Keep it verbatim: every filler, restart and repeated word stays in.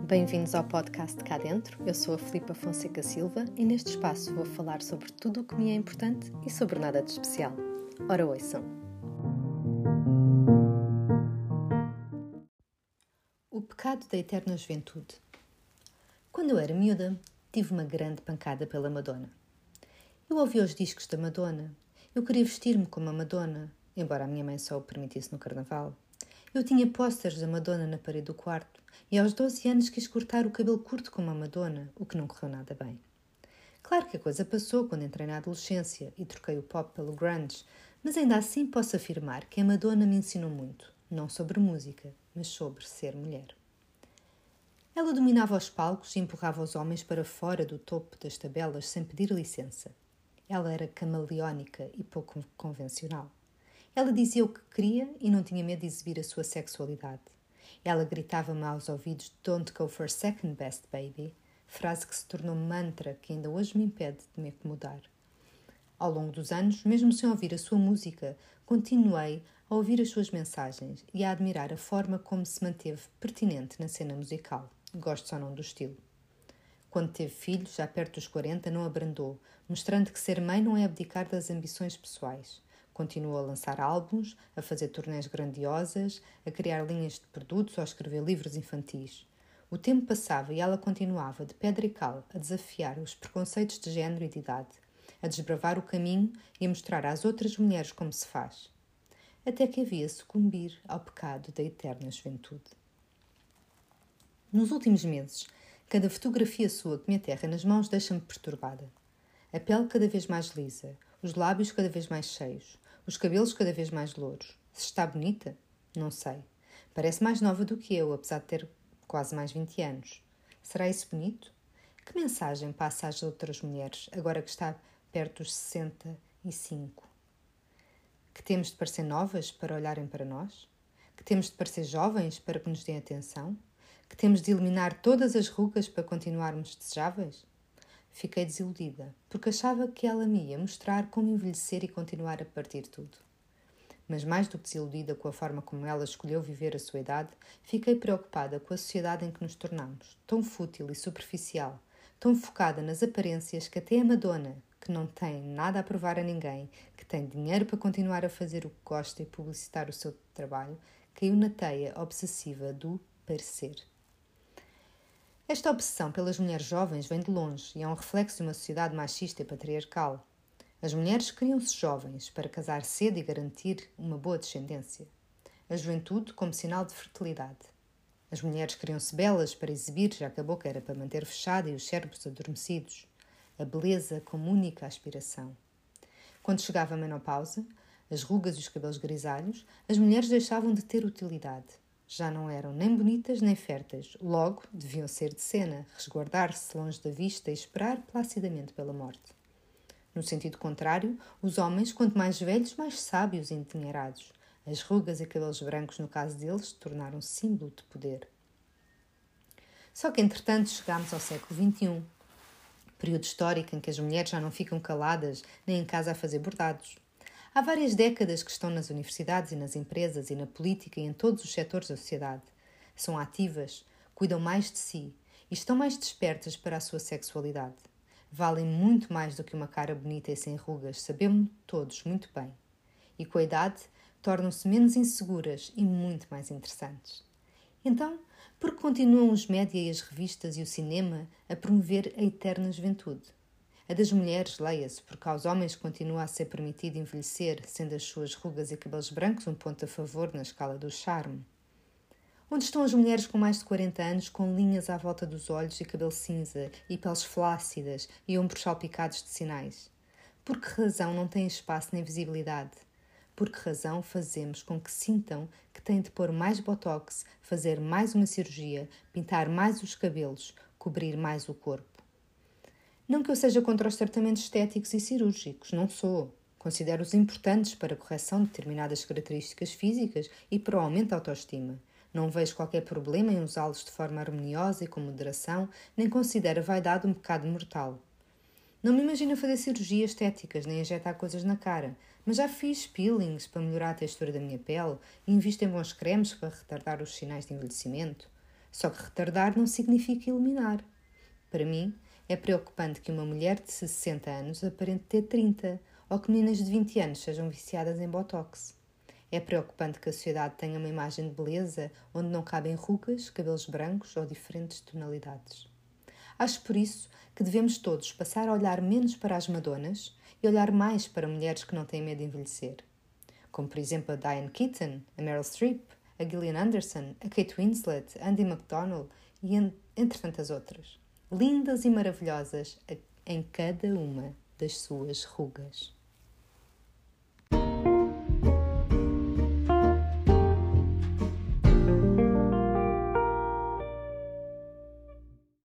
Bem-vindos ao podcast Cá Dentro. Eu sou a Filipa Fonseca Silva e neste espaço vou falar sobre tudo o que me é importante e sobre nada de especial. Ora, ouçam. O pecado da eterna juventude. Quando eu era miúda, tive uma grande pancada pela Madonna. Eu ouvia os discos da Madonna. Eu queria vestir-me como a Madonna, embora a minha mãe só o permitisse no carnaval. Eu tinha pósteres da Madonna na parede do quarto e aos doze anos quis cortar o cabelo curto como a Madonna, o que não correu nada bem. Claro que a coisa passou quando entrei na adolescência e troquei o pop pelo grunge, mas ainda assim posso afirmar que a Madonna me ensinou muito, não sobre música, mas sobre ser mulher. Ela dominava os palcos e empurrava os homens para fora do topo das tabelas sem pedir licença. Ela era camaleónica e pouco convencional. Ela dizia o que queria e não tinha medo de exibir a sua sexualidade. Ela gritava-me aos ouvidos "Don't go for second best, baby", frase que se tornou mantra que ainda hoje me impede de me acomodar. Ao longo dos anos, mesmo sem ouvir a sua música, continuei a ouvir as suas mensagens e a admirar a forma como se manteve pertinente na cena musical, gosto ou não do estilo. Quando teve filhos, já perto dos quarenta, não abrandou, mostrando que ser mãe não é abdicar das ambições pessoais. Continuou a lançar álbuns, a fazer turnés grandiosas, a criar linhas de produtos ou a escrever livros infantis. O tempo passava e ela continuava, de pedra e cal, a desafiar os preconceitos de género e de idade, a desbravar o caminho e a mostrar às outras mulheres como se faz. Até que havia sucumbir ao pecado da eterna juventude. Nos últimos meses, cada fotografia sua que me aterra nas mãos deixa-me perturbada. A pele cada vez mais lisa, os lábios cada vez mais cheios, os cabelos cada vez mais louros. Se está bonita? Não sei. Parece mais nova do que eu, apesar de ter quase mais vinte anos. Será isso bonito? Que mensagem passa às outras mulheres, agora que está perto dos sessenta e cinco? Que temos de parecer novas para olharem para nós? Que temos de parecer jovens para que nos deem atenção? Que temos de eliminar todas as rugas para continuarmos desejáveis? Fiquei desiludida, porque achava que ela me ia mostrar como envelhecer e continuar a partir tudo. Mas mais do que desiludida com a forma como ela escolheu viver a sua idade, fiquei preocupada com a sociedade em que nos tornamos, tão fútil e superficial, tão focada nas aparências que até a Madonna, que não tem nada a provar a ninguém, que tem dinheiro para continuar a fazer o que gosta e publicitar o seu trabalho, caiu na teia obsessiva do parecer. Esta obsessão pelas mulheres jovens vem de longe e é um reflexo de uma sociedade machista e patriarcal. As mulheres criam-se jovens para casar cedo e garantir uma boa descendência. A juventude como sinal de fertilidade. As mulheres criam-se belas para exibir, já que a boca era para manter fechada e os cérebros adormecidos. A beleza como única aspiração. Quando chegava a menopausa, as rugas e os cabelos grisalhos, as mulheres deixavam de ter utilidade. Já não eram nem bonitas nem férteis, logo deviam ser de cena, resguardar-se longe da vista e esperar placidamente pela morte. No sentido contrário, os homens, quanto mais velhos, mais sábios e endinheirados. As rugas e cabelos brancos, no caso deles, tornaram-se símbolo de poder. Só que, entretanto, chegámos ao século vinte e um, período histórico em que as mulheres já não ficam caladas nem em casa a fazer bordados. Há várias décadas que estão nas universidades e nas empresas e na política e em todos os setores da sociedade. São ativas, cuidam mais de si e estão mais despertas para a sua sexualidade. Valem muito mais do que uma cara bonita e sem rugas, sabemos todos muito bem. E com a idade, tornam-se menos inseguras e muito mais interessantes. Então, por que continuam os média e as revistas e o cinema a promover a eterna juventude? A das mulheres, leia-se, porque aos homens continua a ser permitido envelhecer, sendo as suas rugas e cabelos brancos um ponto a favor na escala do charme. Onde estão as mulheres com mais de quarenta anos com linhas à volta dos olhos e cabelo cinza e peles flácidas e ombros salpicados de sinais? Por que razão não têm espaço nem visibilidade? Por que razão fazemos com que sintam que têm de pôr mais botox, fazer mais uma cirurgia, pintar mais os cabelos, cobrir mais o corpo? Não que eu seja contra os tratamentos estéticos e cirúrgicos, não sou. Considero-os importantes para a correção de determinadas características físicas e para o aumento da autoestima. Não vejo qualquer problema em usá-los de forma harmoniosa e com moderação, nem considero a vaidade um pecado mortal. Não me imagino fazer cirurgias estéticas, nem injetar coisas na cara, mas já fiz peelings para melhorar a textura da minha pele e invisto em bons cremes para retardar os sinais de envelhecimento. Só que retardar não significa eliminar. Para mim, é preocupante que uma mulher de sessenta anos aparente ter trinta, ou que meninas de vinte anos sejam viciadas em botox. É preocupante que a sociedade tenha uma imagem de beleza onde não cabem rugas, cabelos brancos ou diferentes tonalidades. Acho por isso que devemos todos passar a olhar menos para as madonas e olhar mais para mulheres que não têm medo de envelhecer. Como, por exemplo, a Diane Keaton, a Meryl Streep, a Gillian Anderson, a Kate Winslet, a Andie MacDowell e entre tantas outras. Lindas e maravilhosas em cada uma das suas rugas.